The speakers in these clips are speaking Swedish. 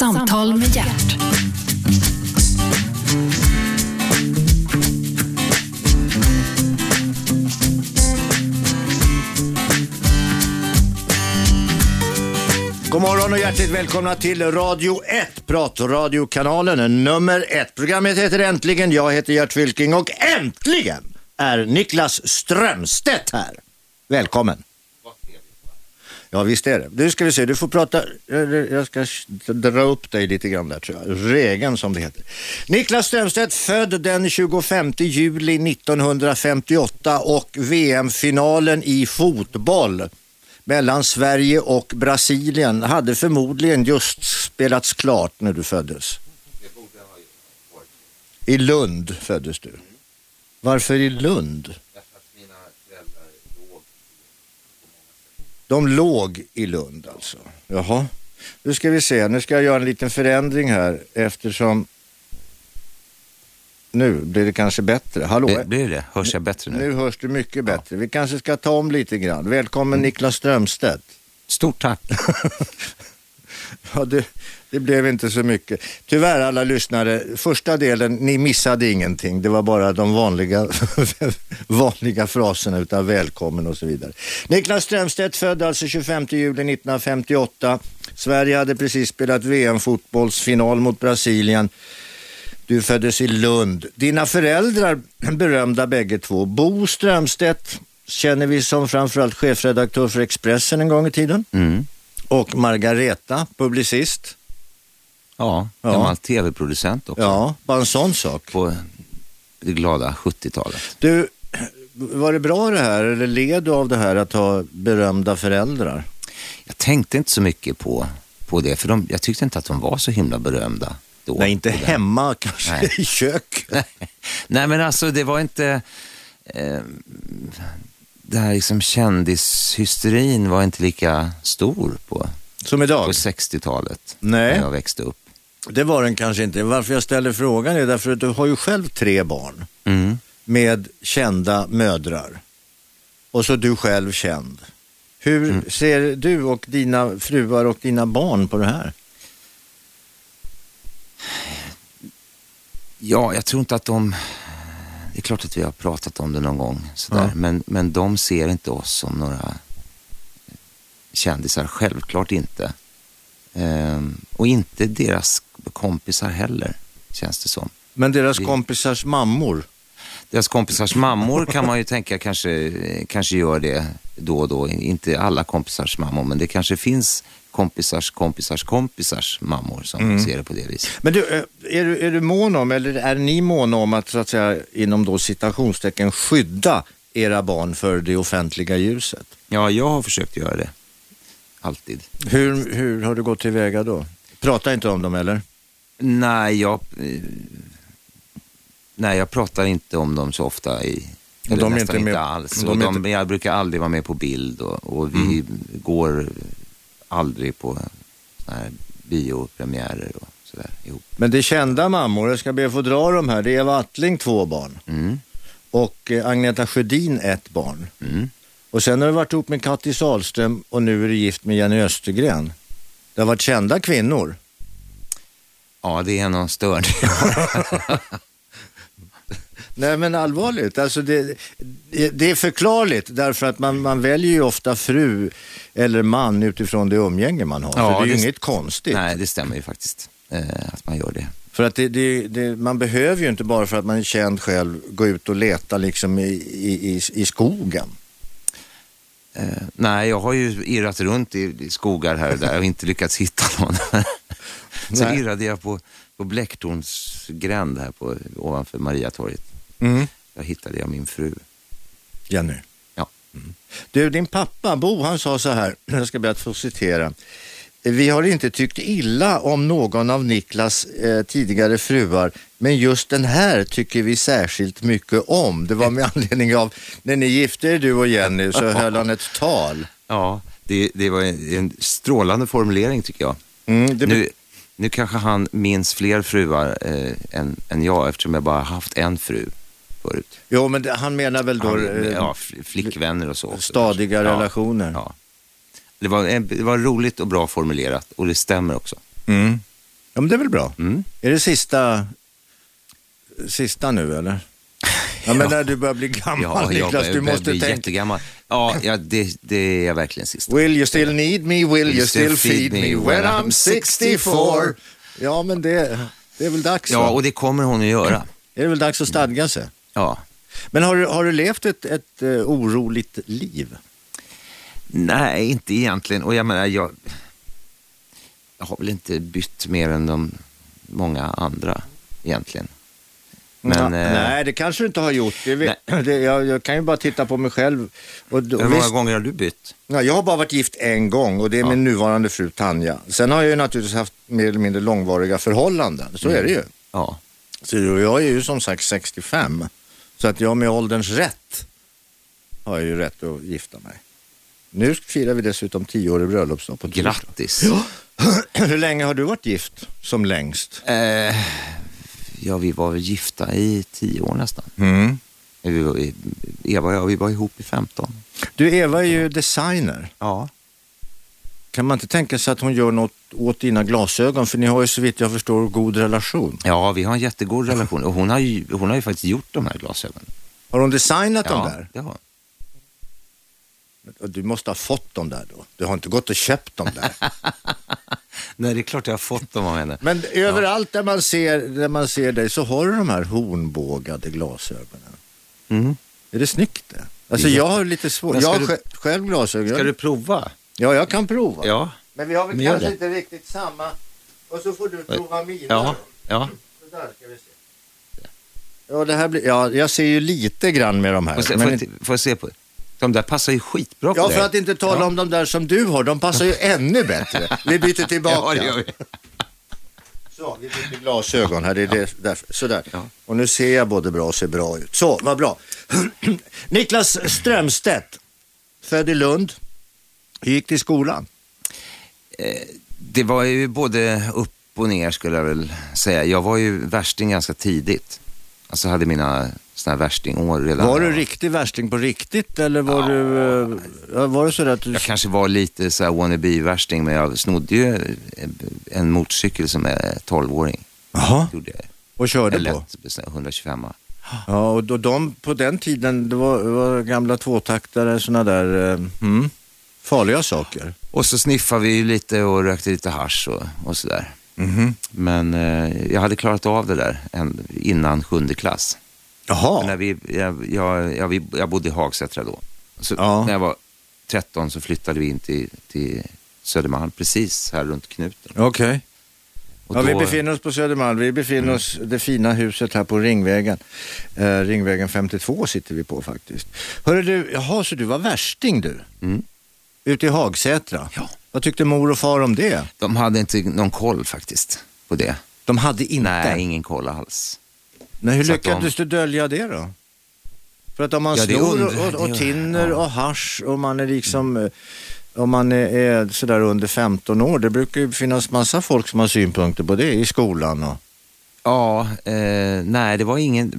Samtal med Gert. God morgon och hjärtligt välkomna till Radio 1, pratradiokanalen nummer 1. Programmet heter Äntligen, jag heter Gert Fylking och äntligen är Niklas Strömstedt här. Välkommen. Ja, visst är det. Nu ska vi se, du får prata, jag ska dra upp dig lite grann där tror jag. Regeln som det heter. Niklas Strömstedt född den 25 juli 1958 och VM-finalen i fotboll mellan Sverige och Brasilien hade förmodligen just spelats klart när du föddes. I Lund föddes du. Varför i Lund? De låg i Lund alltså. Jaha. Nu ska vi se. Nu ska jag göra en liten förändring här eftersom nu blir det kanske bättre. Hallå? Blir det? Hörs jag bättre nu? Nu hörs du mycket bättre. Vi kanske ska ta om lite grann. Välkommen Niklas Strömstedt. Stort tack. Ja, det blev inte så mycket. Tyvärr alla lyssnare, första delen, ni missade ingenting. Det var bara de vanliga fraserna utav välkommen och så vidare. Niklas Strömstedt född alltså 25 juli 1958. Sverige hade precis spelat VM-fotbollsfinal mot Brasilien. Du föddes i Lund. Dina föräldrar, berömda bägge två. Bo Strömstedt känner vi som framförallt chefredaktör för Expressen en gång i tiden. Mm. Och Margareta, publicist. Ja, gammal tv-producent också. Ja, bara en sån sak. På det glada 70-talet. Du, var det bra det här? Eller led du av det här att ha berömda föräldrar? Jag tänkte inte så mycket på det. För jag tyckte inte att de var så himla berömda då. Nej, inte hemma kanske. Nej. I kök. Nej, men alltså det var inte... det här liksom kändishysterin var inte lika stor som idag. På 60-talet. Nej. När jag växte upp. Det var den kanske inte. Varför jag ställer frågan är därför att du har ju själv 3 barn. Mm. Med kända mödrar. Och så du själv känd. Hur ser du och dina fruar och dina barn på det här? Ja, jag tror inte att de... Det är klart att vi har pratat om det någon gång. Sådär. Ja. Men de ser inte oss som några kändisar. Självklart inte. Och inte deras kompisar heller, känns det som. Men deras kompisars mammor? Deras kompisars mammor kan man ju tänka kanske gör det då och då. Inte alla kompisars mammor, men det kanske finns kompisars mammor som ser det på det viset. Men du, är du mån om, eller är ni mån om att så att säga inom då citationstecken skydda era barn för det offentliga ljuset? Ja, jag har försökt göra det. Alltid. Hur har du gått tillväga då? Pratar inte om dem eller? Nej, jag pratar inte om dem så ofta och de är inte med alls. Jag brukar aldrig vara med på bild och vi går aldrig på såna här biopremiärer och sådär ihop. Men det är kända mammor, jag ska be att få dra dem här. Det är Eva Attling 2 barn. Och Agneta Sjödin 1 barn. Och sen har du varit ihop med Katti Sahlström och nu är du gift med Jenny Östergren. Det har varit kända kvinnor. Ja, det är någon störd. Nej, men allvarligt. Alltså det är förklarligt därför att man väljer ju ofta fru eller man utifrån det umgänge man har. Ja, så det är ju inget konstigt. Nej, det stämmer ju faktiskt att man gör det. För att man behöver ju inte bara för att man är känd själv gå ut och leta liksom i skogen. Nej, jag har ju irrat runt i skogar här och där och inte lyckats hitta någon. Så irrade jag på Bläcktorns gränd här ovanför Mariatorget. Jag hittade min fru. Jenny. Ja. Du, din pappa Bo, han sa så här, jag ska be att få citera. Vi har inte tyckt illa om någon av Niklas tidigare fruar, men just den här tycker vi särskilt mycket om. Det var med anledning av när ni gifte er, du och Jenny, så höll han ett tal. Ja, det var en strålande formulering tycker jag. Nu kanske han minns fler fruar än jag, eftersom jag bara haft en fru förut. Jo, men han menar väl då... flickvänner och så. Stadiga relationer. Ja. Det var roligt och bra formulerat, och det stämmer också. Ja, men det är väl bra. Är det sista nu, eller? Ja, men när du börjar bli gammal, Niklas, du måste tänka... jättegammal. Ja, det är verkligen sista. Will you still need me? Will you still feed me when I'm 64? Ja, men det är väl dags. Ja, och det kommer hon att göra. Är det väl dags att stadga sig? Ja. Men har du levt ett oroligt liv? Nej, inte egentligen. Och jag menar, jag har väl inte bytt mer än de många andra egentligen. Men, nej, det kanske du inte har gjort. Jag kan ju bara titta på mig själv. Hur många gånger har du bytt? Ja, jag har bara varit gift en gång och det är min nuvarande fru Tanja. Sen har jag ju naturligtvis haft mer eller mindre långvariga förhållanden. Så är det ju. Ja. Så jag är ju som sagt 65. Så att jag med ålderns rätt har jag ju rätt att gifta mig. Nu firar vi dessutom 10 år i bröllopsdag på torsdag. Grattis! Ja. Hur länge har du varit gift som längst? Ja, vi var gifta i 10 år nästan. Eva och jag, vi var ihop i 15. Du, Eva är ju designer. Ja. Kan man inte tänka sig att hon gör något åt dina glasögon? För ni har ju så vitt jag förstår god relation. Ja, vi har en jättegod relation. Och hon har ju faktiskt gjort de här glasögonen. Har hon designat dem där? Ja. Du måste ha fått dem där då. Du har inte gått och köpt dem där. Nej, det är klart jag har fått dem av henne. Men överallt där man ser dig så har du de här hornbågade glasögonen. Är det snyggt det? Alltså jag har lite svårt. Jag har själv glasögon. Ska du prova? Ja, jag kan prova. Ja. Men vi har väl kanske inte riktigt samma. Och så får du prova mina. Ja. Så där ska vi se. Ja, det här blir... Ja, jag ser ju lite grann med de här. Får jag se på det? De där passar ju skitbra på dig. dig. Ja, för att inte tala om de där som du har. De passar ju ännu bättre. Vi byter tillbaka. Ja, Så, vi byter glasögon. Här är det därför. Sådär. Ja. Och nu ser jag både bra och ser bra ut. Så, vad bra. Niklas Strömstedt, född i Lund. Hur gick det i skolan? Det var ju både upp och ner skulle jag väl säga. Jag var ju värsting ganska tidigt. Alltså hade mina såna här värstingår redan. Var du riktig värsting på riktigt eller var du så att du... Jag kanske var lite så här wannabe-värsting, men jag snodde ju en motorcykel som är 12-åring. Jaha. Gjorde jag. Och körde lätt, på? 125. Ja, och då de på den tiden det var gamla tvåtaktare såna där farliga saker. Och så sniffade vi lite och rökte lite hasch och sådär. Men jag hade klarat av det där innan 7:e klass. Jaha. När jag bodde i Hagsätra då. Så när jag var 13 så flyttade vi in till Södermalm, precis här runt knuten. Okej. Ja, vi befinner oss på Södermalm. Vi befinner oss det fina huset här på Ringvägen. Ringvägen 52 sitter vi på faktiskt. Hörru du, jaha, så du var värsting du? Ute i Hagsätra? Ja. Vad tyckte mor och far om det? De hade inte någon koll faktiskt på det. De hade inte? Nej, ingen koll alls. Nej, hur lyckades du dölja det då? För att om man snor och tinner och hasch och man är liksom... Om man är sådär under 15 år, det brukar ju finnas massa folk som har synpunkter på det i skolan. Och... Ja, nej, det var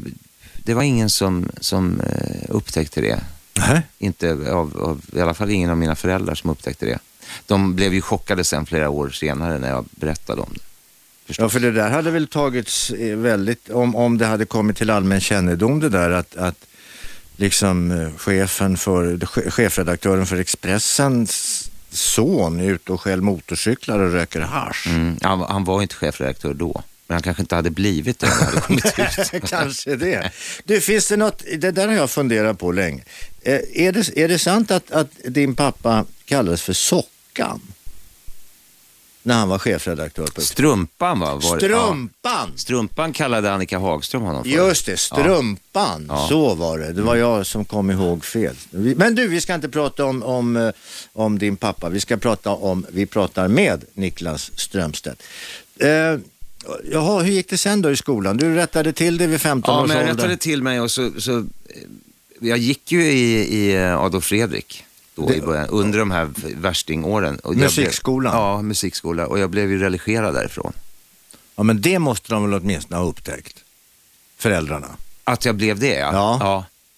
ingen som upptäckte det. Inte i alla fall ingen av mina föräldrar som upptäckte det. De blev ju chockade sen flera år senare när jag berättade om det. Förstås. Ja, för det där hade väl tagits väldigt, om det hade kommit till allmän kännedom det där att liksom chefredaktören för Expressens son är ute och skäl motorcyklar och röker hasch. Han var inte chefredaktör då. Men han kanske inte hade blivit det. Hade kommit ut. Kanske det. Du, finns det något, det där har jag funderat på länge. Är det sant att din pappa kallades för Sockan? När han var chefredaktör på Strumpan Strumpan! Strumpan kallade Annika Hagström honom för. Just det, Strumpan. Ja. Så var det. Det var jag som kom ihåg fel. Men du, vi ska inte prata om din pappa. Vi pratar med Niklas Strömstedt. Jaha, hur gick det sen då i skolan? Du rättade till det vid 15 års ålder. Ja, men jag rättade till mig och så jag gick ju i Adolf Fredrik då i början, under de här värstingåren. Musikskolan? Musikskola. Och jag blev ju religerad därifrån. Ja, men det måste de väl åtminstone ha upptäckt? Föräldrarna? Att jag blev det, ja.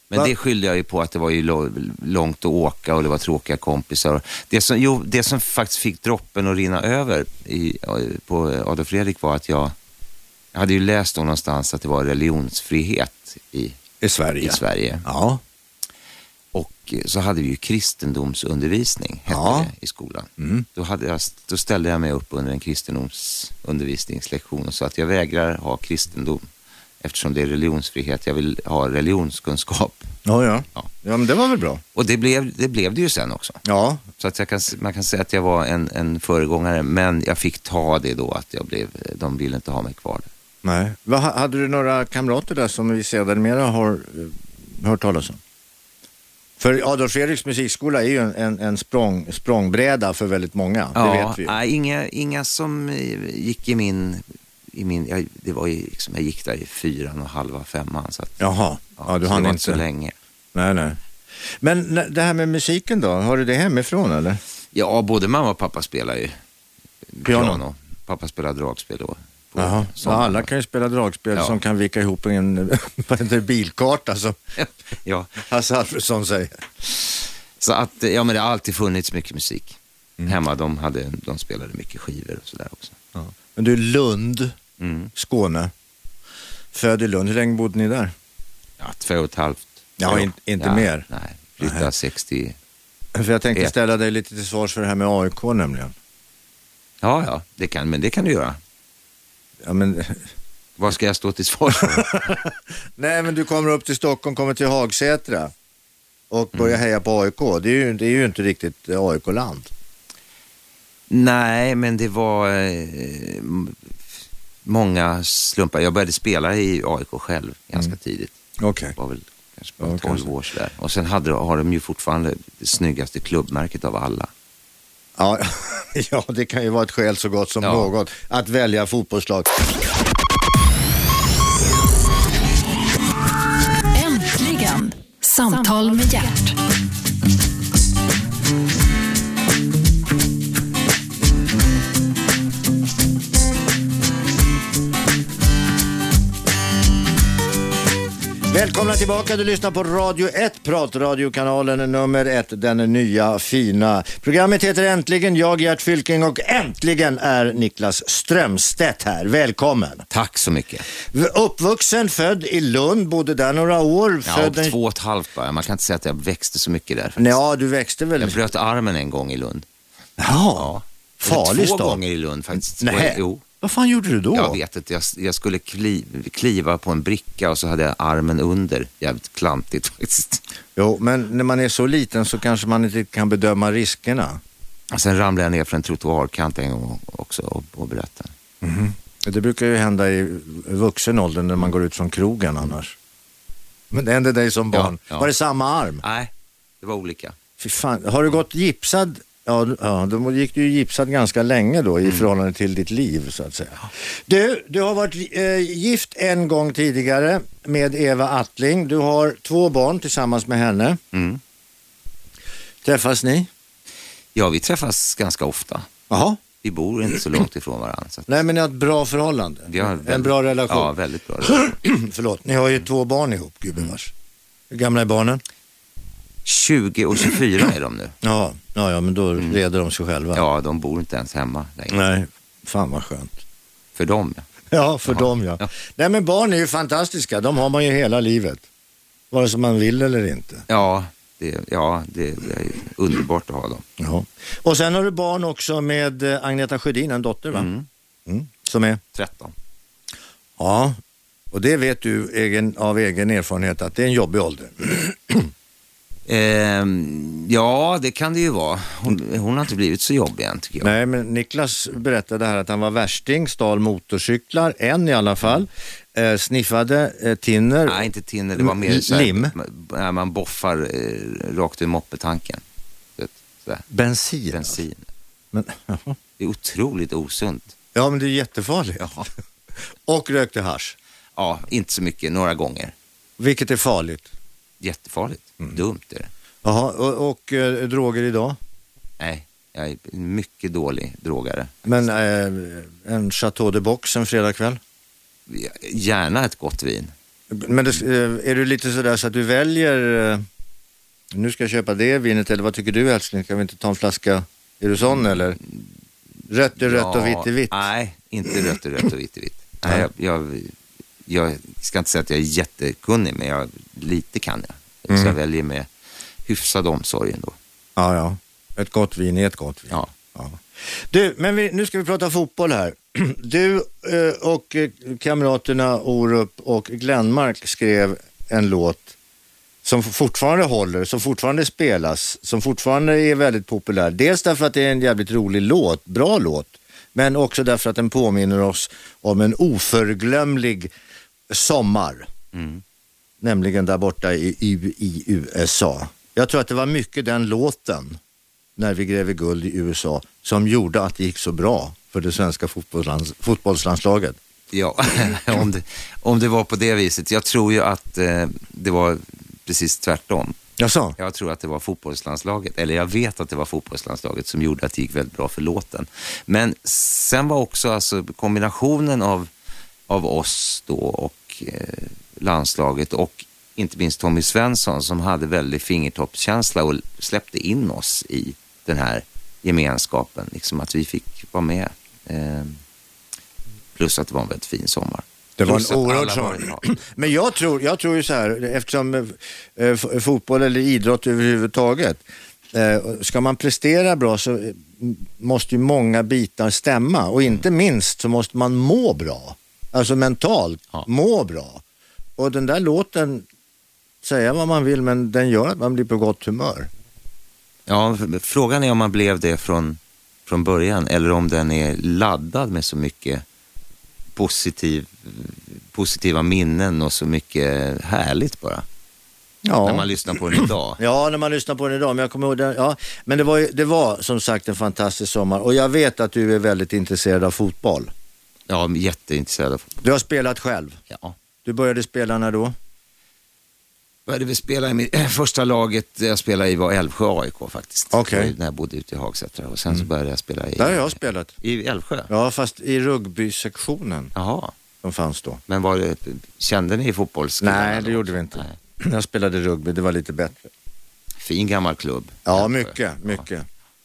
Men det skyllde jag ju på att det var ju långt att åka och det var tråkiga kompisar. Det som faktiskt fick droppen att rinna över på Adolf Fredrik var att jag hade ju läst någonstans att det var religionsfrihet i Sverige. Ja. Och så hade vi ju kristendomsundervisning i skolan. Mm. Då ställde jag mig upp under en kristendomsundervisningslektion och sa att jag vägrar ha kristendom eftersom det är religionsfrihet. Jag vill ha religionskunskap. Ja, men det var väl bra. Och det blev det ju sen också. Ja. Så att man kan säga att jag var en föregångare, men jag fick ta det då att de ville inte ha mig kvar där. Nej. Hade du några kamrater där som vi sedermera har hört talas om? För Adolf Fredriks musikskola är ju en språngbräda för väldigt många, det vet vi ju. Nej, inga som gick i min det var ju liksom, jag gick där i 4,5, 5. Så att, Jaha, du hann inte så länge. Nej. Men det här med musiken då, har du det hemifrån eller? Ja, både mamma och pappa spelar ju piano. Pappa spelar dragspel då. Jaha, så alla kan ju spela dragspel som kan vika ihop en bilkarta som Hasse Alfredson säger. Så att, men det har alltid funnits mycket musik. Hemma, de spelade mycket skivor och sådär också. Ja. Men du, Lund, Skåne, född i Lund, hur länge bodde ni där? Ja, 2,5. Ja, inte mer. Nej, flyttade 60. För jag tänkte ställa dig lite till svars för det här med AIK nämligen. Ja, det kan du göra. Ja, men... Vad ska jag stå till svars för? Nej, men du kommer upp till Stockholm, kommer till Hagsätra och börjar heja på AIK. Det är ju inte riktigt AIK-land. Nej, men det var många slumpar. Jag började spela i AIK själv ganska tidigt. Okej. Det var väl kanske bara 12 år där. Och sen har de ju fortfarande det snyggaste klubbmärket av alla. Ja, det kan ju vara ett skäl så gott som något att välja fotbollslag. Äntligen, Samtal med Gert. Välkomna tillbaka, du lyssnar på Radio 1, pratradiokanalen nummer 1, den nya fina. Programmet heter Äntligen, jag Gert Fylking och äntligen är Niklas Strömstedt här. Välkommen. Tack så mycket. Uppvuxen, född i Lund, bodde där några år. Ja, 2,5 bara. Man kan inte säga att jag växte så mycket där. Ja, du växte väl. Jag bröt armen en gång i Lund. Ja. Farligt då. 2 gånger i Lund faktiskt. Nej. Jo. Vad fan gjorde du då? Jag vet inte, jag skulle kliva på en bricka och så hade jag armen under. Jävligt klantigt faktiskt. Jo, men när man är så liten så kanske man inte kan bedöma riskerna. Och sen ramlade jag ner från en trottoarkant en gång också och berättade. Mm. Det brukar ju hända i vuxen ålder när man går ut från krogen annars. Men det hände dig som barn. Ja. Var det samma arm? Nej, det var olika. Fy fan, har du gått gipsad? Ja, då gick du ju gipsad ganska länge då i förhållande till ditt liv så att säga. Du har varit gift en gång tidigare med Eva Attling. Du har 2 barn tillsammans med henne. Träffas ni? Ja, vi träffas ganska ofta. Jaha. Vi bor inte så långt ifrån varandra. Så att... Nej, men ni har ett bra förhållande. Vi har en bra relation. Ja, väldigt bra relation. Förlåt, ni har ju 2 barn ihop, gubevars. Hur gamla är barnen? 20 och 24 är de nu. Ja, men då reder de sig själva. Ja, de bor inte ens hemma längre. Nej, fan vad skönt. För dem, ja. Ja, för dem, ja. Nej, men barn är ju fantastiska. De har man ju hela livet. Vare sig man vill eller inte. Ja, det är underbart att ha dem. Ja. Och sen har du barn också med Agneta Sjödin, en dotter va? Som är? 13. Ja, och det vet du av egen erfarenhet att det är en jobbig ålder. Ja, det kan det ju vara. Hon har inte blivit så jobbig än tycker jag. Nej, men Niklas berättade här att han var värsting, stal motorcyklar, en i alla fall. Sniffade tinner. Nej, inte tinner, det var mer så här, lim. Man boffar rakt ur moppetanken. Bensin. Men, det är otroligt osunt. Ja, men det är jättefarligt. Ja. Och rökte hasch. Ja, inte så mycket, några gånger. Vilket är farligt? Jättefarligt, dumt är det. Jaha, och droger idag? Nej, jag är mycket dålig drogare. Men en Chateau de Box en fredagkväll? Gärna ett gott vin. Men är du lite sådär så att du väljer, nu ska jag köpa det vinet, eller vad tycker du älskling? Kan vi inte ta en flaska, är du sån eller? Rött är rött och vitt är vitt. Nej, inte rött är rött och vitt är vitt. Nej, jag ska inte säga att jag är jättekunnig, men lite kan jag. Så jag väljer med hyfsad omsorg ändå. Ja. Ett gott vin är ett gott vin. Ja. Du, men nu ska vi prata fotboll här. Du och kamraterna Orup och Glenmark skrev en låt som fortfarande håller, som fortfarande spelas, som fortfarande är väldigt populär. Dels därför att det är en jävligt rolig låt, bra låt, men också därför att den påminner oss om en oförglömlig sommar. Nämligen där borta i USA. Jag tror att det var mycket den låten när vi grävde guld i USA som gjorde att det gick så bra för det svenska fotbollslandslaget. Ja, om det var på det viset. Jag tror ju att det var precis tvärtom. Jaså? Jag tror att det var fotbollslandslaget, eller jag vet att det var fotbollslandslaget som gjorde att det gick väldigt bra för låten. Men sen var också alltså kombinationen av oss då och landslaget och inte minst Tommy Svensson som hade väldigt fingertoppskänsla och släppte in oss i den här gemenskapen. Liksom att vi fick vara med. Plus att det var en väldigt fin sommar. Det var en oerhörd sommar. Men jag tror ju så här, eftersom fotboll eller idrott överhuvudtaget, ska man prestera bra så måste ju många bitar stämma. Och inte minst så måste man må bra. Alltså mentalt må bra. Och den där låten, säga vad man vill, men den gör att man blir på gott humör. Ja, frågan är om man blev det från början eller om den är laddad med så mycket positiva minnen och så mycket härligt bara. Ja. När man lyssnar på den idag. Ja, när man lyssnar på den idag. Men jag kommer ihåg den, ja. Men det var som sagt en fantastisk sommar. Och jag vet att du är väldigt intresserad av fotboll. Ja, jätteintresserad av fotboll. Du har spelat själv? Ja. Du började spela när då? Började vi spela i mitt första laget jag spelade i var Älvsjö AIK faktiskt. Okej. När jag bodde ute i Hagsätra. Och sen så började jag spela i... Där har jag spelat. I Älvsjö? Ja, fast i rugbysektionen. Jaha. Som fanns då. Men kände ni fotbollsskolan? Nej, det gjorde vi inte. Nej. Jag spelade rugby, det var lite bättre. Fin gammal klubb. Ja, Älvsjö. mycket.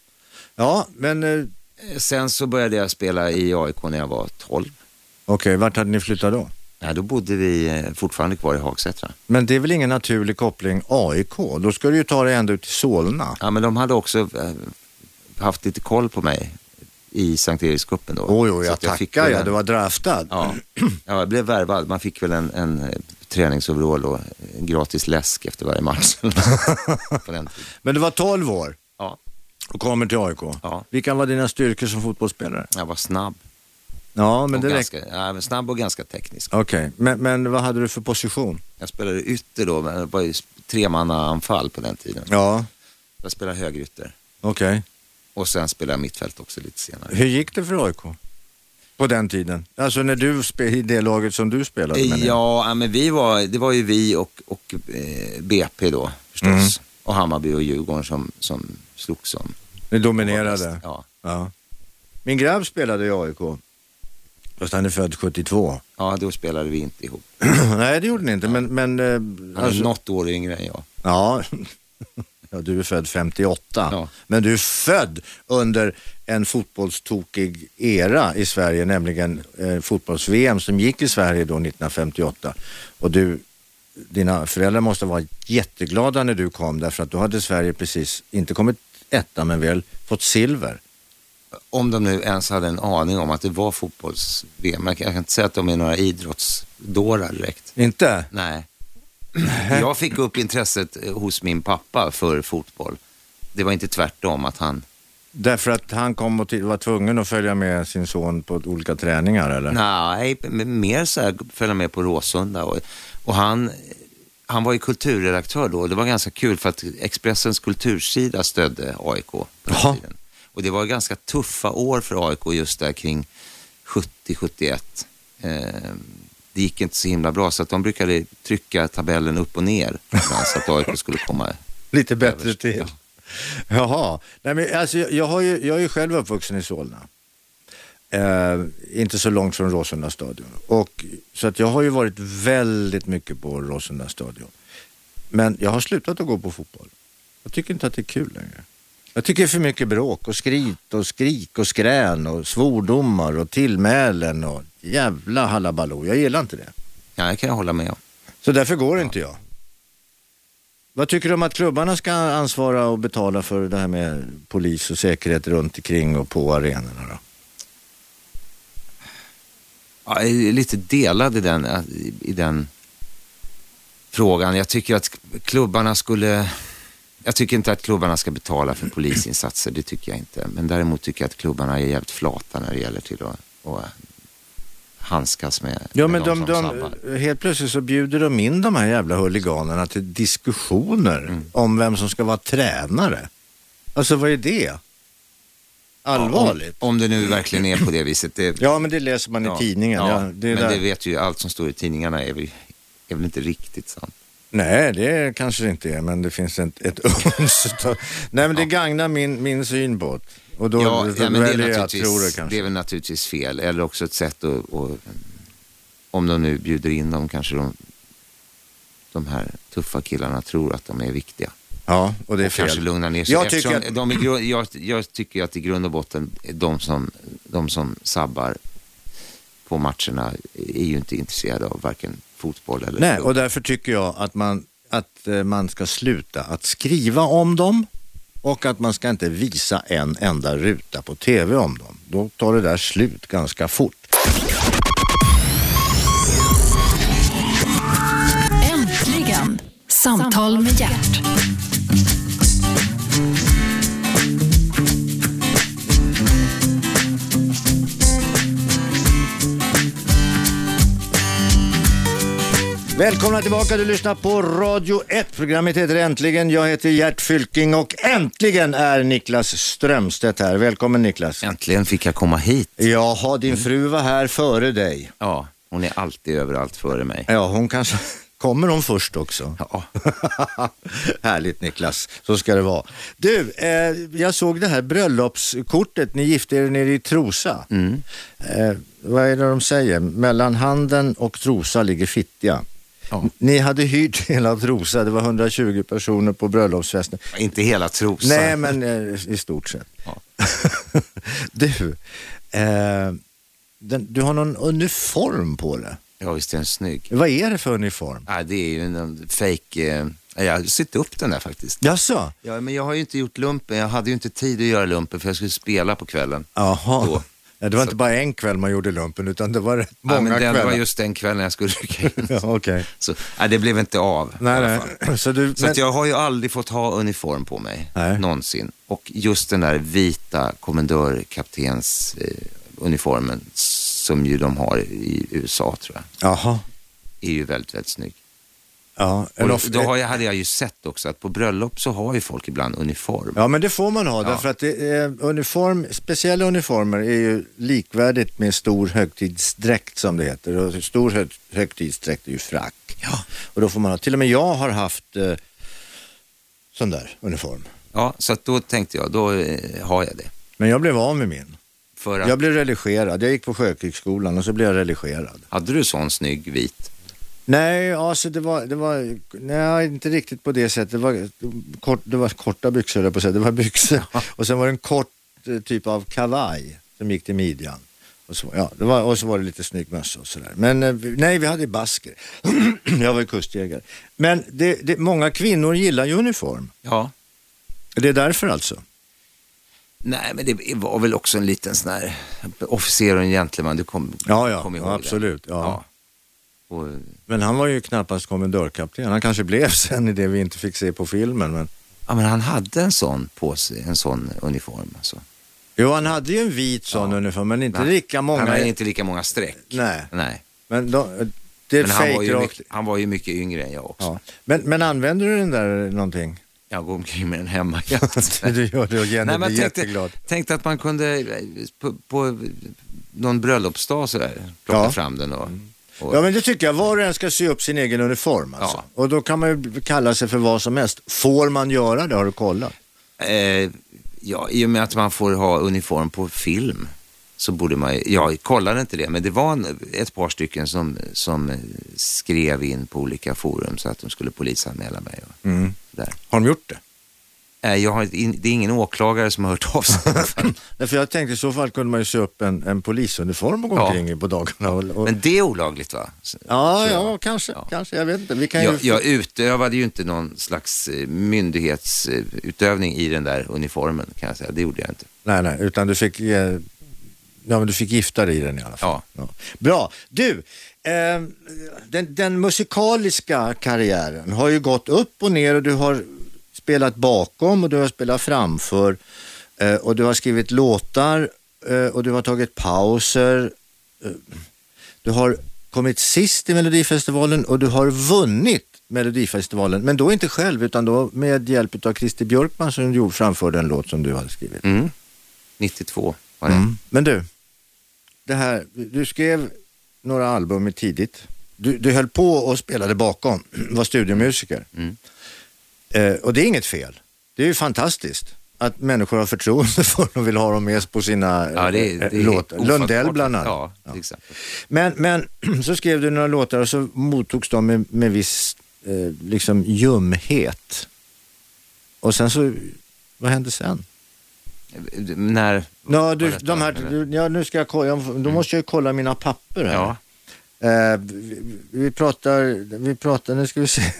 Ja, men... Sen så började jag spela i AIK när jag var 12. Okej, vart hade ni flyttat då? Ja, då bodde vi fortfarande kvar i Hagsätra. Men det är väl ingen naturlig koppling AIK? Då ska du ju ta dig ända ut till Solna. Ja, men de hade också haft lite koll på mig i Sankt Erikscupen då. Oj, jag tackar, du var draftad. Ja, jag blev värvad. Man fick väl en träningsoverall och en gratis läsk efter varje match. På den tiden. Men du var 12 år? Ja. Och kommer till AIK? Ja. Vilka var dina styrkor som fotbollsspelare? Jag var snabb. Ja, men det snabb och ganska teknisk. Okej, men vad hade du för position? Jag spelade ytter då, men det var ju 3-manna-anfall på den tiden. Ja. Jag spelade högerytter. Okej. Och sen spelade jag mittfält också lite senare. Hur gick det för AIK? På den tiden? Alltså när du spelade i det laget som du spelade? Ja, men det var ju vi och BP då förstås. Och Hammarby och Djurgården som slogs som. Ni dominerade? Ja. Min grabb spelade i AIK. Fast han är född 72. Ja, då spelade vi inte ihop. Nej, det gjorde ni inte. Men han är något år yngre än jag. Ja, du är född 58. Ja. Men du är född under en fotbollstokig era i Sverige, nämligen fotbolls-VM som gick i Sverige då 1958. Och dina föräldrar måste vara jätteglada när du kom, därför att då hade Sverige precis inte kommit etta, men väl fått silver. Om de nu ens hade en aning om att det var fotbolls-VM. Jag kan inte säga att de är några idrottsdårar direkt. Inte? Nej. Jag fick upp intresset hos min pappa för fotboll. Det var inte tvärtom att han... Därför att han kom och var tvungen att följa med sin son på olika träningar, eller? Nej, mer så här följa med på Råsunda. Och han var ju kulturredaktör då. Och det var ganska kul för att Expressens kultursida stödde AIK på den tiden. Och det var ganska tuffa år för AIK just där kring 70-71. Det gick inte så himla bra, så att de brukade trycka tabellen upp och ner så att AIK skulle komma lite bättre till. Ja. Jaha. Nej, men alltså, jag är ju själv uppvuxen i Solna. inte så långt från Råsunda stadion. Och, så att jag har ju varit väldigt mycket på Råsunda stadion. Men jag har slutat att gå på fotboll. Jag tycker inte att det är kul längre. Jag tycker det är för mycket bråk och skrik och skrän och svordomar och tillmälen och jävla halabaloo. Jag gillar inte det. Ja, det kan jag hålla med om. Så därför går inte jag. Vad tycker du om att klubbarna ska ansvara och betala för det här med polis och säkerhet runt omkring och på arenorna då? Ja, jag är lite delad i den frågan. Jag tycker att jag tycker inte att klubbarna ska betala för polisinsatser, det tycker jag inte. Men däremot tycker jag att klubbarna är jävligt flata när det gäller till att handskas med. Ja, men de helt plötsligt så bjuder de in de här jävla huliganerna till diskussioner om vem som ska vara tränare. Alltså vad är det? Allvarligt. Ja, om det nu verkligen är på det viset. Ja, men det läser man i tidningen. Ja, men det vet ju, allt som står i tidningarna är väl inte riktigt sant. Nej, det kanske inte är, men det finns ett uns. Nej, men det gagnar min syn på det. Och då men det är väl naturligtvis fel. Eller också ett sätt att om de nu bjuder in dem, kanske de här tuffa killarna tror att de är viktiga. Ja, och det är fel. Kanske lugna ner sig. Jag tycker att i grund och botten de som sabbar på matcherna är ju inte intresserade av varken fotboll eller... Nej, och därför tycker jag att man ska sluta att skriva om dem och att man ska inte visa en enda ruta på tv om dem. Då tar det där slut ganska fort. Äntligen! Samtal med Gert. Välkomna tillbaka, du lyssnar på Radio 1. Programmet heter Äntligen. Jag heter Gert Fylking och äntligen är Niklas Strömstedt här. Välkommen Niklas. Äntligen fick jag komma hit. Jaha, din fru var här före dig. Ja, hon är alltid överallt före mig. Ja, hon kanske... Kommer hon först också? Ja. Härligt Niklas, så ska det vara. Du, jag såg det här bröllopskortet. Ni gifte er nere i Trosa. Vad är det de säger? Mellan handen och Trosa ligger Fittja. Ja. Ni hade hyrt hela Trosa, det var 120 personer på bröllopsfesten. Inte hela Trosa. Nej, men i stort sett. Ja. Du, du har någon uniform på det. Ja, visst är den snygg. Vad är det för uniform? Ja, det är ju en fake... jag har sytt upp den där faktiskt. Jaså? Ja, men jag har ju inte gjort lumpen. Jag hade ju inte tid att göra lumpen för jag skulle spela på kvällen. Jaha. Ja, det var inte bara en kväll man gjorde lumpen utan det var många kvällar. Det var just den kvällen jag skulle rycka in. Ja, okej. Så det blev inte av. Nej. Så att jag har ju aldrig fått ha uniform på mig. Nej. Någonsin. Och just den där vita kommendörkaptens uniformen som ju de har i USA, tror jag. Jaha. Är ju väldigt, väldigt snygg. Ja, då hade jag ju sett också att på bröllop så har ju folk ibland uniform. Ja, men det får man ha, därför att speciella uniformer är ju likvärdigt med stor högtidsdräkt som det heter. Och stor högtidsdräkt är ju frack. Ja. Och då får man ha, till och med jag har haft sån där uniform. Ja, så att då tänkte jag, då har jag det. Men jag blev av med min. Jag blev religerad. Jag gick på Sjökrigsskolan och så blev jag religerad. Hade du sån snygg vit? Nej, alltså det var inte riktigt på det sättet. Det var korta byxor där på sätt. Det var byxor. Och sen var det en kort typ av kavaj som gick till midjan. Och så, och så var det lite snygg mössa och sådär. Men nej, vi hade basker. Jag var ju kustjägare. Men många kvinnor gillar ju uniform. Ja. Det är därför alltså. Nej, men det var väl också en liten sån här officer och en gentleman. Du kom ihåg absolut. Det. Ja. Och... Men han var ju knappast kommendörkapten. Han kanske blev sen i det vi inte fick se på filmen. Men... Ja, men han hade en sån på sig, en sån uniform. Alltså. Jo, han hade ju en vit sån uniform, men inte lika många. Han hade inte lika många streck. Nej. Men han var ju mycket yngre än jag också. Ja. Men använder du den där någonting? Jag går omkring med den hemma. Du gör det och Jenny blir jätteglad. Tänkte att man kunde på någon bröllopsdag sådär plocka fram den och... Ja, men det tycker jag. Var och en ska sy upp sin egen uniform alltså. Ja. Och då kan man ju kalla sig för vad som helst. Får man göra det? Har du kollat? Ja, i och med att man får ha uniform på film så borde man, jag kollade inte det, men det var ett par stycken som skrev in på olika forum så att de skulle polisanmäla mig. Där. Har de gjort det? Det är ingen åklagare som har hört av sig. För jag tänkte i så fall kunde man ju se upp en polisuniform och gå omkring i på dagarna. Men det är olagligt, va? Kanske, jag vet inte. Vi kan jag utövade ju inte någon slags myndighetsutövning i den där uniformen, kan jag säga. Det gjorde jag inte. Nej, utan du fick... men du fick gifta dig i den i alla fall. Ja. Bra. Du, den musikaliska karriären har ju gått upp och ner och du har spelat bakom och du har spelat framför och du har skrivit låtar och du har tagit pauser. Du har kommit sist i Melodifestivalen och du har vunnit Melodifestivalen, men då inte själv utan då med hjälp av Christer Björkman som framförde en låt som du hade skrivit. 92 var det. Men du skrev några album tidigt. Du höll på och spelade bakom, var studiomusiker. Och det är inget fel. Det är ju fantastiskt att människor har förtroende för och vill ha dem med på sina låtar. Lundell bland annat. Ja, till exempel. Men så skrev du några låtar och så mottogs de med viss liksom ljumhet. Och sen så, vad hände sen? När... nu ska jag kolla, då måste jag ju kolla mina papper här. Ja. Vi pratar, nu ska vi se.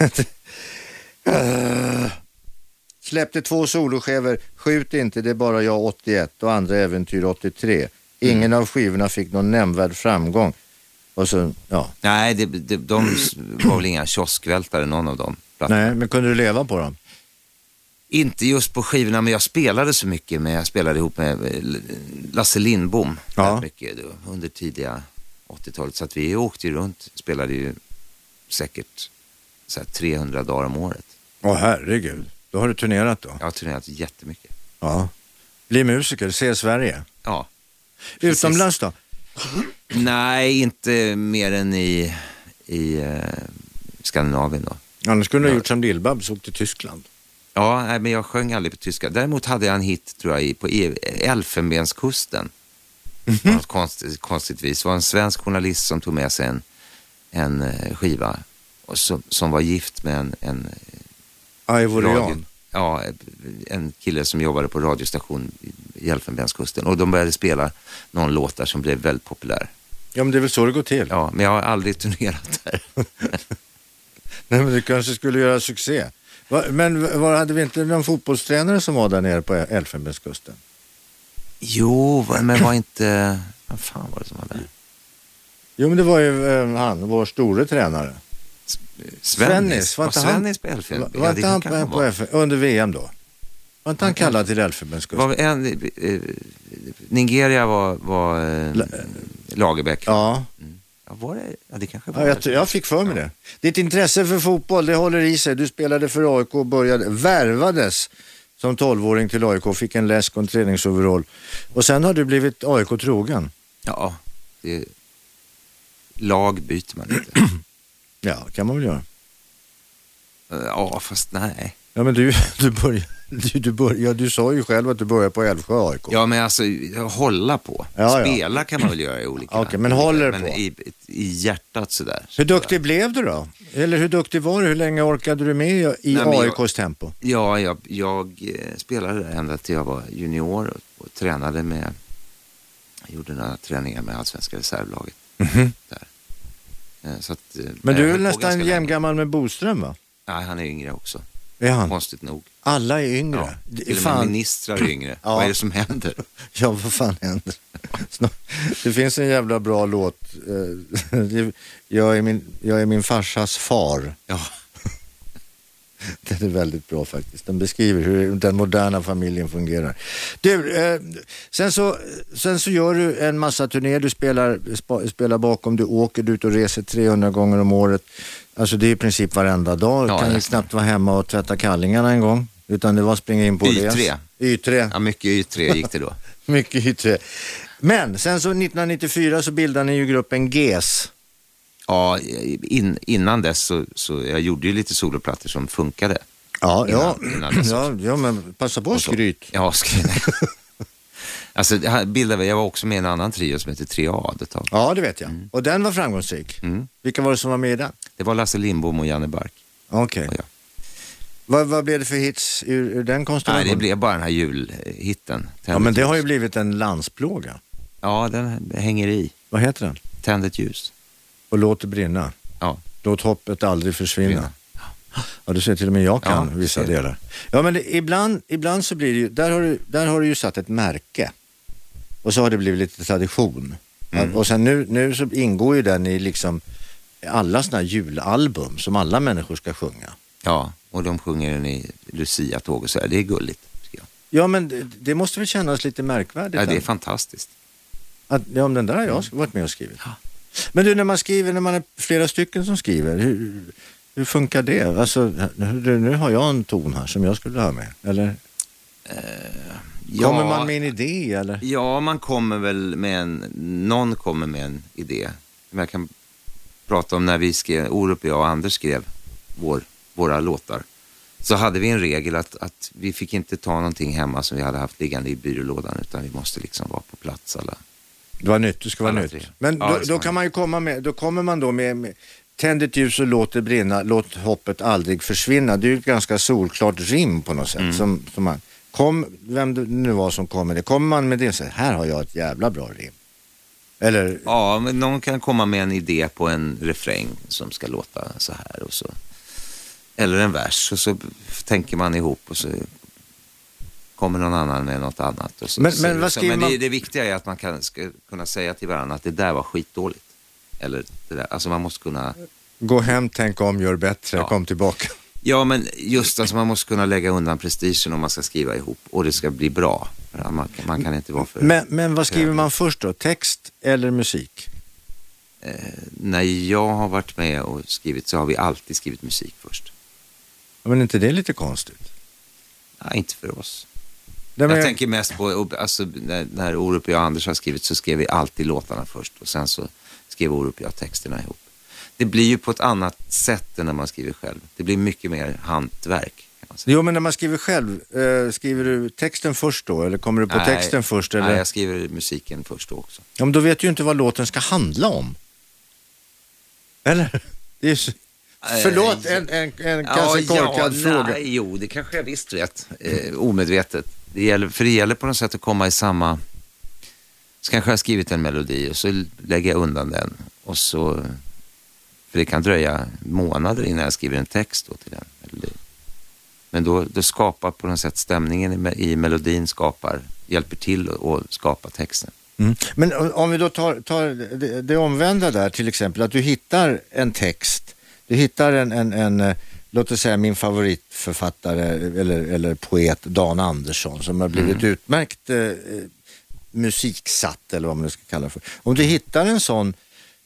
Släppte 2 soloskivor, Skjut inte, det är bara jag 81 och Andra äventyr 83. Ingen av skivorna fick någon nämnvärd framgång. Och så, Nej, de var väl inga kioskvältare, någon av dem. Nej, men kunde du leva på dem? Inte just på skivorna, men jag spelade så mycket. Men jag spelade ihop med Lasse Lindbom mycket under tidiga 80-talet. Så att vi åkte runt, spelade ju säkert så här 300 dagar om året. Herregud, då har du turnerat då? Jag har turnerat jättemycket. Ja. Bli musiker, se Sverige. Ja. Utomlands då? Nej, inte mer än i Skandinavien då. Annars skulle du ha gjort som Lill-Babs och åkt till Tyskland. Ja, nej, men jag sjöng aldrig på tyska. Däremot hade jag en hit, tror jag, på Elfenbenskusten. På något konstigt vis. Det var en svensk journalist som tog med sig en skiva och som var gift med en Ivorian. En kille som jobbade på radiostation i Elfenbenskusten. Och de började spela någon låt där som blev väldigt populär. Ja, men det är väl så det går till. Ja, men jag har aldrig turnerat där. Nej, men du kanske skulle göra succé. Men hade vi inte någon fotbollstränare som var där nere på Elfenbenskusten? Jo, men var inte... Vad fan var det som var där? Jo, men det var ju vår store tränare. Svennis. Var Svennis på Elfenbenskusten? Var inte han på Elfenbenskusten under VM då? Var inte han kallad till Elfenbenskusten? Nigeria var Lagerbäck. Ja. Ja, var det? Ja, det kanske var jag fick för mig det. Ditt intresse för fotboll, det håller i sig. Du spelade för AIK och värvades som 12-åring till AIK och fick en läsk och en träningsoverall. Och sen har du blivit AIK-trogen. Ja, lag byter man inte. Ja, kan man väl göra. Ja, fast nej. Ja, men du sa ju själv att du började på Älvsjö AIK. Ja, men alltså hålla på. Spela kan man väl göra i olika. Okej, men håller på. Men i hjärtat sådär. Hur duktig blev du då? Eller hur duktig var du? Hur länge orkade du med i AIKs tempo? Ja, jag spelade där ända till jag var junior och tränade med... Jag gjorde några träningar med allsvenska reservlaget. Där. Så att, men du är nästan jämngammal med Boström, va? Nej, han är yngre också. Är han? Konstigt nog. Alla är yngre. Ja, till och med ministrar är yngre. Ja. Vad är det som händer? Ja, vad fan händer? Det finns en jävla bra låt. Jag är min farsas far. Ja. Den är väldigt bra faktiskt. Den beskriver hur den moderna familjen fungerar. Du, sen så gör du en massa turnéer. Du spelar bakom, du åker ut och reser 300 gånger om året. Alltså det är i princip varenda dag. Du kan ju knappt vara hemma och tvätta kallingarna en gång. Utan det var springa in på Y3. Ja, mycket Y3 gick det då. Mycket Y3. Men sen så 1994 så bildade ni ju gruppen GES. Ja, innan dess så jag gjorde ju lite soloplattor som funkade. Ja, men passa på skryt. Ja, skryt. Alltså, jag var också med i en annan trio som heter Triad ett tag. Ja, det vet jag. Och den var framgångsrik. Vilka var det som var med i den? Det var Lasse Lindbom och Janne Bark. Okej. Och jag. Vad blev det för hits ur den konstellationen? Nej, det blev bara den här julhitten. Ja, men det har ju blivit en landsplåga. Ja, den hänger i. Vad heter den? Tänd ett ljus. Och låt det brinna. Ja. Låt hoppet aldrig försvinna. Ja, du ser till och med jag kan vissa delar. Ja, men ibland så blir det ju, där har du ju satt ett märke. Och så har det blivit lite tradition. Och sen nu så ingår ju den i liksom alla såna här julalbum som alla människor ska sjunga. Ja, och de sjunger den i Lucia-tåg och så här. Det är gulligt, tycker jag. Ja, men det måste väl kännas lite märkvärdigt. Ja, det är fantastiskt. Om den där har jag varit med och skrivit. Ja. Men du, när man är flera stycken som skriver, hur funkar det? Alltså, nu har jag en ton här som jag skulle ha med, eller? Kommer man med en idé, eller? Ja, man kommer väl med någon kommer med en idé. Jag kan prata om när vi skrev, Orup, jag och Anders skrev våra låtar. Så hade vi en regel att vi fick inte ta någonting hemma som vi hade haft liggande i byrålådan, utan vi måste liksom vara på plats alla. Det var nytt, det ska vara nytt. Men då kan man ju komma med, då kommer man då med tänd ett ljus och låt det brinna, låt hoppet aldrig försvinna. Det är ju ett ganska solklart rim på något sätt. Som man, vem det nu var som kommer det, kommer man med det så här har jag ett jävla bra rim. Eller? Ja, men någon kan komma med en idé på en refräng som ska låta så här och så. Eller en vers, och så tänker man ihop och så kommer någon annan med något annat. Och så, men vad skriver man? Det viktiga är att man ska kunna säga till varandra att det där var skitdåligt. Eller det där, alltså man måste kunna... Gå hem, tänk om, gör bättre, kom tillbaka. Ja, men just alltså man måste kunna lägga undan prestigen om man ska skriva ihop. Och det ska bli bra. Man kan inte vara för... Men vad skriver man först då? Text eller musik? När jag har varit med och skrivit så har vi alltid skrivit musik först. Men inte det är lite konstigt? Nej, inte för oss. Jag tänker mest på, alltså, när Orup och jag och Anders har skrivit så skrev vi alltid låtarna först. Och sen så skrev Orup och jag texterna ihop. Det blir ju på ett annat sätt än när man skriver själv. Det blir mycket mer hantverk. Kan man säga. Jo, men när man skriver själv, skriver du texten först då? Eller kommer du på texten först? Eller? Nej, jag skriver musiken först då också. Ja, men då vet du ju inte vad låten ska handla om. Eller? Det är så... Förlåt, en kanske korkad fråga. Nej, jo, det kanske jag visst vet. Omedvetet. Det gäller på något sätt att komma i samma... Så kanske jag har skrivit en melodi och så lägger jag undan den. Och så... För det kan dröja månader innan jag skriver en text då till den melodin. Men då skapar på något sätt stämningen i melodin hjälper till att skapa texten. Men om vi då tar det omvända där, till exempel att du hittar en text, du hittar en låt oss säga min favoritförfattare eller poet Dan Andersson som har blivit utmärkt musiksatt eller vad man ska kalla det för. Om du hittar en sån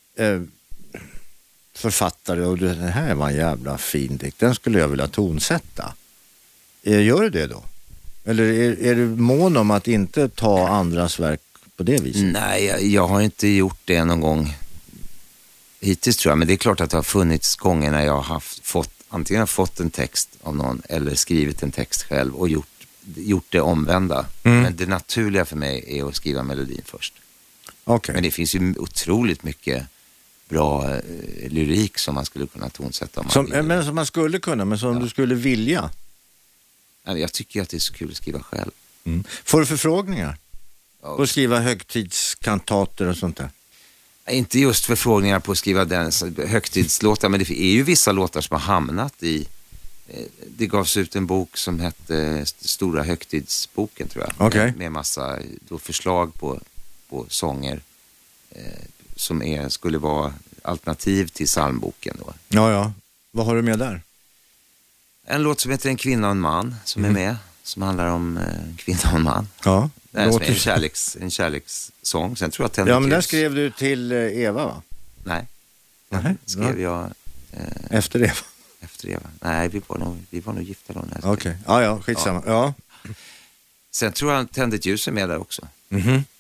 författare och det här var en jävla fin dikt, den skulle jag vilja tonsätta. Gör du det då? Eller är du mån om att inte ta andras verk på det viset? Nej, jag har inte gjort det någon gång hittills tror jag, men det är klart att det har funnits gånger när jag har antingen fått en text av någon eller skrivit en text själv och gjort det omvända. Men det naturliga för mig är att skriva melodin först. Okay. Men det finns ju otroligt mycket bra lyrik som man skulle kunna tonsätta. Men som man skulle kunna, men som du skulle vilja? Jag tycker att det är så kul att skriva själv. Får du förfrågningar? Och skriva högtidskantater och sånt där? Inte just förfrågningar på att skriva den högtidslåtar, men det är ju vissa låtar som har hamnat i... Det gavs ut en bok som hette Stora högtidsboken, tror jag. Okay. Med massa förslag på sånger som skulle vara alternativ till psalmboken då. Ja. Vad har du med där? En låt som heter En kvinna och en man som är med. Som handlar om en kvinna och en man. Ja. Det är en kärlekssång. Sen tror jag att men den skrev du till Eva, va? Nej. Skrev jag... Efter Eva? Efter Eva. Nej, vi var nog gifta då. Okej. Ja, skitsamma. Ja. Sen tror jag att Tänd ett ljus är med där också.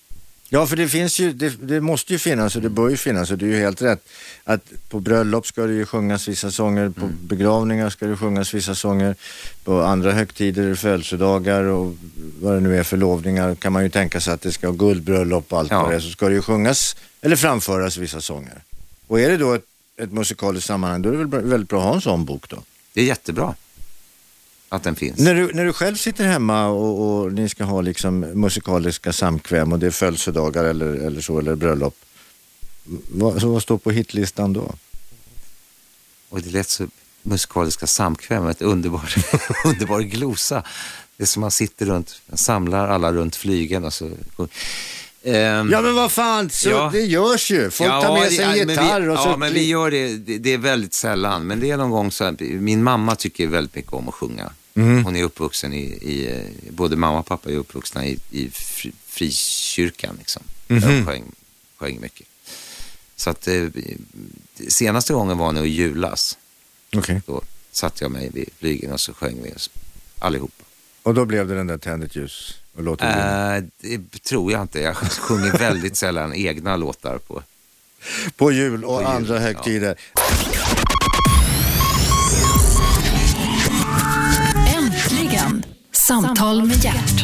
Ja, för det finns ju, det måste ju finnas och det bör ju finnas, och det är ju helt rätt att på bröllop ska det ju sjungas vissa sånger, på begravningar ska det sjungas vissa sånger, på andra högtider, födelsedagar och vad det nu är, förlovningar, kan man ju tänka sig att det ska ha guldbröllop och allt vad det är, så ska det ju sjungas eller framföras vissa sånger. Och är det då ett musikaliskt sammanhang, då är det väl väldigt bra att ha en sån bok då? Det är jättebra att den finns. När du själv sitter hemma och ni ska ha liksom musikaliska samkväm och det är födelsedagar eller så, eller bröllop, vad står på hitlistan då? Och det lät så musikaliska samkväm, ett underbar glosa. Det är som man sitter runt, samlar alla runt flygen och så... ja, men vad fan, så det görs ju. Folk tar med sig en gitarr och så... Ja, men vi gör det är väldigt sällan. Men det är någon gång så... Min mamma tycker väldigt mycket om att sjunga. Hon är uppvuxen i både mamma och pappa är uppvuxna i frikyrkan liksom. De sjöng mycket. Så att senaste gången var nog i julas. Okay. Då satt jag mig vid flygen och så sjöng vi allihopa. Och då blev det den där Tänd ett ljus och låten? Det tror jag inte. Jag sjunger väldigt sällan egna låtar på jul och andra högtider. Ja. Äntligen, Samtal med Gert.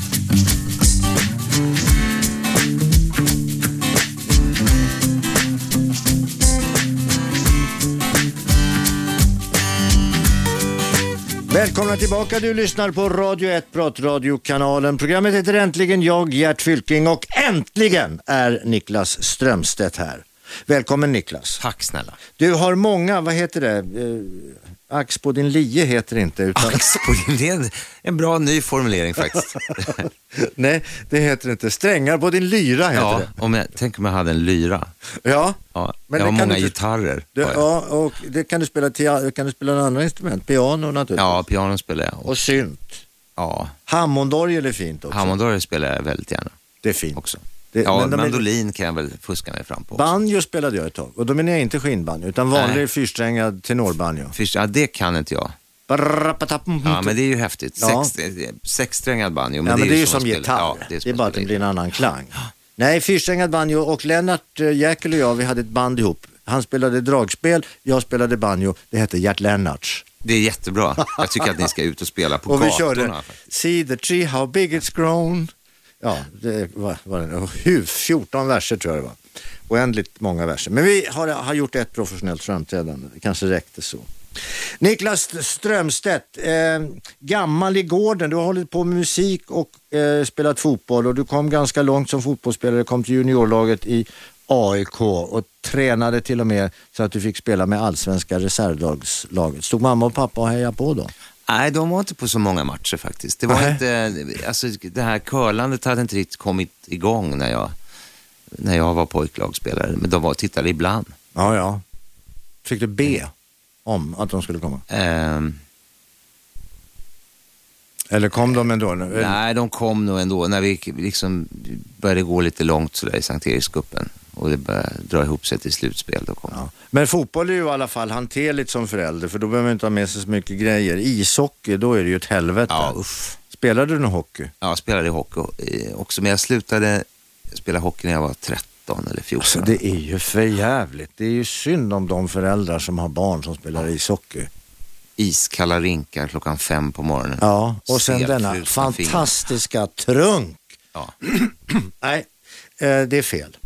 Välkomna tillbaka, du lyssnar på Radio 1, pratradiokanalen. Programmet heter Äntligen, jag Gert Fylking, och äntligen är Niklas Strömstedt här. Välkommen Niklas. Tack snälla. Du har många, vad heter det? Ax på din lie heter det inte. Utan... Ax på din lie, en bra ny formulering faktiskt. Nej, det heter inte. Strängar på din lyra heter det. Tänk om jag hade en lyra. Ja. Men jag har många gitarrer. Och det kan du spela en annan instrument. Piano naturligtvis. Ja, piano spelar jag. Och synt. Ja. Hammondorgel är fint också. Hammondorgel spelar jag väldigt gärna. Det är fint. Också. Mandolin kan jag väl fuska mig fram på. Banjo spelade jag ett tag. Och då menar jag inte skinnbanjo, utan vanlig fyrsträngad tenorbanjo. Ja, det kan inte jag. Ja, men det är ju häftigt. Sexsträngad banjo. Men det är ju som gitarr. Ja, det är bara att det blir en annan klang. Nej, fyrsträngad banjo, och Lennart Jäkel och jag, vi hade ett band ihop. Han spelade dragspel, jag spelade banjo. Det hette Gert Lennarts. Det är jättebra. Jag tycker att ni ska ut och spela på gatorna. Och vi körde See the tree, how big it's grown. Ja, det var 14 verser tror jag det var. Oändligt många verser. Men vi har gjort ett professionellt framträdande. Det kanske räckte så. Niklas Strömstedt, gammal i gården. Du har hållit på med musik och spelat fotboll. Och du kom ganska långt som fotbollsspelare. Kom till juniorlaget i AIK och tränade till och med så att du fick spela med allsvenska reservlagslaget. Stod mamma och pappa och heja på då? Nej, de var inte på så många matcher faktiskt. Det var inte, alltså det här curlandet hade inte riktigt kommit igång när jag var pojklagsspelare. Men de tittade ibland. Ja. Fick du be om att de skulle komma? Eller kom de ändå? Nej, de kom nog ändå när vi liksom började gå lite långt sådär i Sankt Erikskuppen. Och det började dra ihop sig till slutspel. Då kom. Ja. Men fotboll är ju i alla fall hanterligt som förälder, för då behöver man inte ha med sig så mycket grejer. Ishockey, då är det ju ett helvete. Ja, uff. Spelade du någon hockey? Ja, jag spelade hockey också. Men jag slutade spela hockey när jag var 13 eller 14. Alltså, det är ju för jävligt. Det är ju synd om de föräldrar som har barn som spelar ishockey. Iskalla rinkar 5:00 på morgonen. Ja, och sen denna fantastiska trunk. Ja. Nej, det är fel.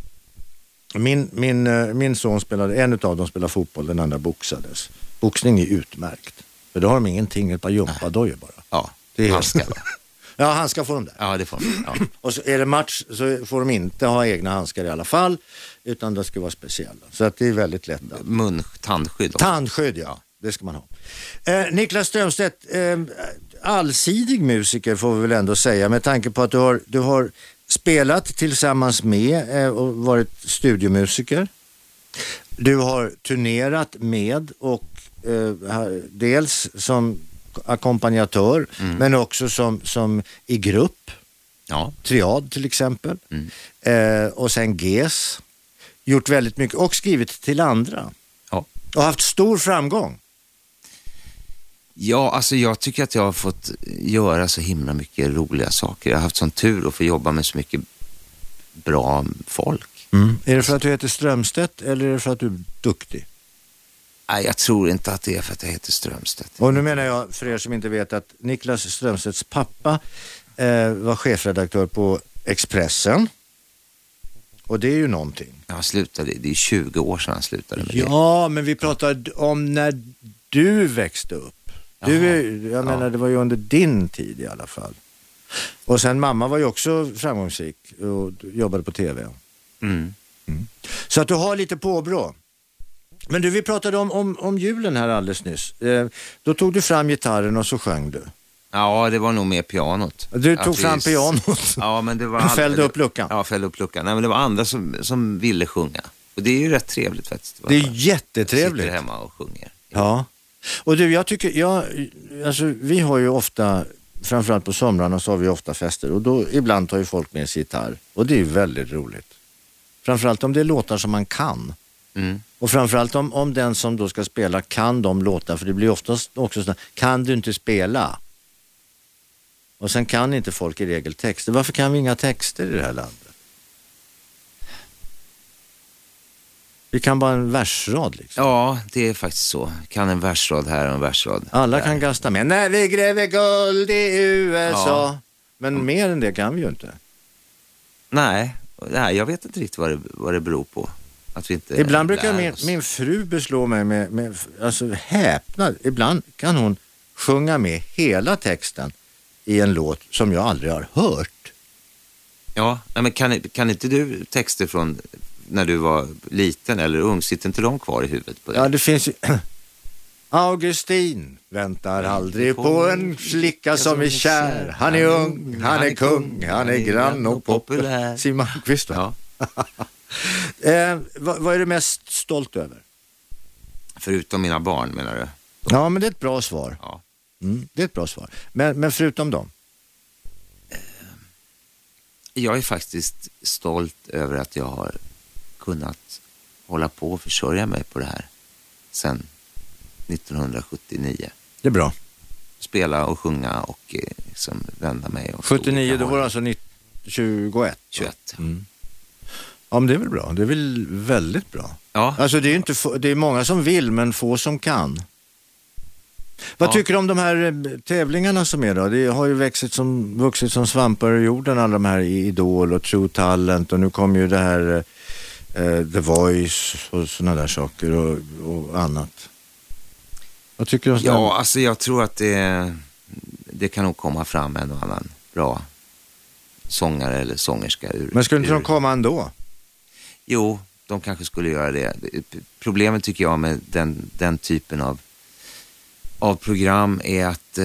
Min son spelade, en av dem spelade fotboll, den andra boxades. Boxning är utmärkt. För då har de ingenting, ett par jumpadojor bara. Ja, det är handskar. Ja, handskar får de där. Ja, det får de. Ja. Och så är det match så får de inte ha egna handskar i alla fall, utan det ska vara speciella. Så att det är väldigt lätt. Tandskydd också. Tandskydd, ja. Det ska man ha. Niklas Strömstedt, allsidig musiker får vi väl ändå säga, med tanke på att du har spelat tillsammans med och varit studiomusiker. Du har turnerat med och dels som ackompanjatör men också som i grupp. Ja. Triad till exempel. Och sen GES. Gjort väldigt mycket och skrivit till andra. Ja. Och haft stor framgång. Ja, alltså jag tycker att jag har fått göra så himla mycket roliga saker. Jag har haft sån tur att få jobba med så mycket bra folk. Är det för att du heter Strömstedt eller är det för att du är duktig? Nej, jag tror inte att det är för att jag heter Strömstedt. Och nu menar jag, för er som inte vet, att Niklas Strömstedts pappa var chefredaktör på Expressen. Och det är ju någonting. Han slutade, det är 20 år sedan han slutade med det. Ja, men vi pratade om när du växte upp. Jag menar, det var ju under din tid i alla fall. Och sen mamma var ju också framgångsrik och jobbade på tv. Så att du har lite påbrå. Men du, vi pratade om julen här alldeles nyss. Då tog du fram gitarren och så sjöng du. Ja, det var nog mer pianot. Du tog fram pianot. Ja, men det var fällde upp luckan. Ja, fällde upp luckan. Nej, men det var andra som ville sjunga. Och det är ju rätt trevligt faktiskt. Det är jättetrevligt. Sitter hemma och sjunger. Ja. Och du, jag tycker, alltså vi har ju ofta, framförallt på somrarna så har vi ofta fester. Och då ibland tar ju folk med sig gitarr. Och det är ju väldigt roligt. Framförallt om det är låtar som man kan. Och framförallt om den som då ska spela kan de låtar. För det blir oftast också så, kan du inte spela? Och sen kan inte folk i regel texter. Varför kan vi inga texter i det här landet? Vi kan bara en versrad liksom. Ja, det är faktiskt så. Kan en versrad här och en versrad alla där. kan gasta med. När vi gräver guld i USA. Ja. Men mer än det kan vi ju inte. Nej, jag vet inte riktigt vad det beror på. Att vi inte ibland brukar min fru beslå mig med alltså häpnad. Ibland kan hon sjunga med hela texten i en låt som jag aldrig har hört. Ja, men kan inte du texter från när du var liten eller ung, sitter inte de kvar i huvudet på dig? Ja, det finns ju... Augustin väntar aldrig på en flicka som är kär. Han är ung, han är kung, han är grann och populär. Siw Malmkvist, va? Ja. Vad är du mest stolt över? Förutom mina barn, menar du? Ja, men det är ett bra svar. Ja. Det är ett bra svar. Men förutom dem? Jag är faktiskt stolt över att jag har kunnat hålla på och försörja mig på det här sedan 1979. Det är bra. Spela och sjunga och liksom vända mig. Och 79, då var det alltså 21? 21. Ja, men det är väl bra. Det är väl väldigt bra. Ja. Alltså det är inte det är många som vill, men få som kan. Vad tycker du om de här tävlingarna som är då? Det har ju vuxit som svampar i jorden, alla de här i Idol och True Talent, och nu kommer ju det här The Voice och såna där saker och annat. Vad tycker du om det? Ja, alltså jag tror att det kan nog komma fram en och annan bra sångare eller sångerska ur. Men skulle inte de komma ändå? Jo, de kanske skulle göra det. Problemet tycker jag med den typen av program är att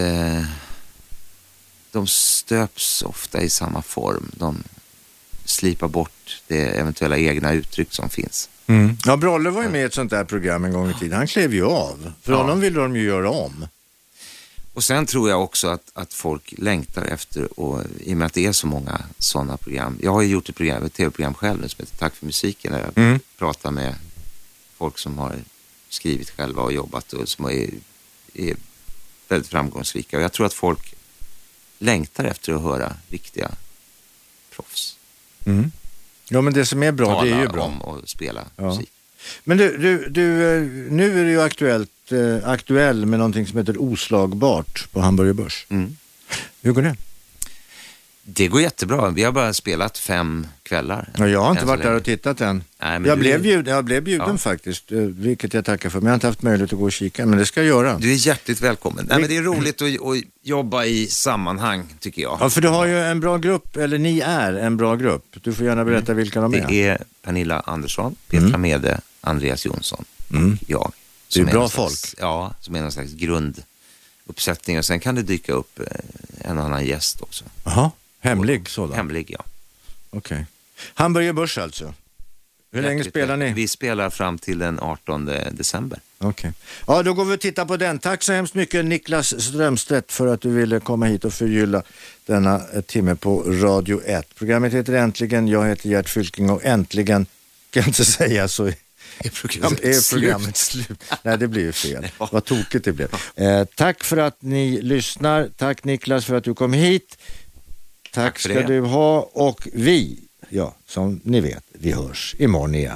de stöps ofta i samma form. De slipar bort det eventuella egna uttryck som finns. Ja, Brolle var ju med i ett sånt där program en gång i tiden. Han klev ju av. För honom ville de ju göra om. Och sen tror jag också att folk längtar efter, och i och med att det är så många sådana program. Jag har ju gjort ett tv-program själv som heter Tack för musiken, där jag pratar med folk som har skrivit själva och jobbat och som är väldigt framgångsrika. Och jag tror att folk längtar efter att höra riktiga proffs. Ja, men det som är bra, det är ju bra. Om att spela musik. Men du, nu är du ju aktuell med någonting som heter Oslagbart på Hamburger Börs. Hur går det? Det går jättebra. Vi har bara spelat 5 kvällar. Ja, jag har inte varit där och tittat än. Nej, men jag blev bjuden faktiskt, vilket jag tackar för. Men jag har inte haft möjlighet att gå och kika, men det ska jag göra. Du är hjärtligt välkommen. Nej, men det är roligt att jobba i sammanhang, tycker jag. Ja, för du har ju en bra grupp, eller ni är en bra grupp. Du får gärna berätta vilka de är. Det är Pernilla Andersson, Petra Mede, Andreas Jonsson och jag. Det är bra folk. Ja, som är någon slags grunduppsättning. Och sen kan det dyka upp en annan gäst också. Jaha, hemlig sådan? Hemlig, ja. Okej. Hamburger Börs alltså. Hur länge spelar ni? Vi spelar fram till den 18 december. Okej. Ja, då går vi och tittar på den. Tack så hemskt mycket, Niklas Strömstedt, för att du ville komma hit och förgylla denna timme på Radio 1. Programmet heter Äntligen. Jag heter Gert Fylking, och äntligen, kan jag inte säga, så är programmet slut. Nej, det blir ju fel. Ja. Vad tokigt det blev. Tack för att ni lyssnar. Tack Niklas för att du kom hit. Tack ska du ha. Och vi ja, som ni vet, vi hörs imorgon igen.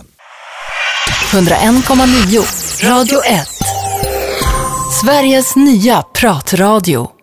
101,9 Radio 1. Sveriges nya pratradio.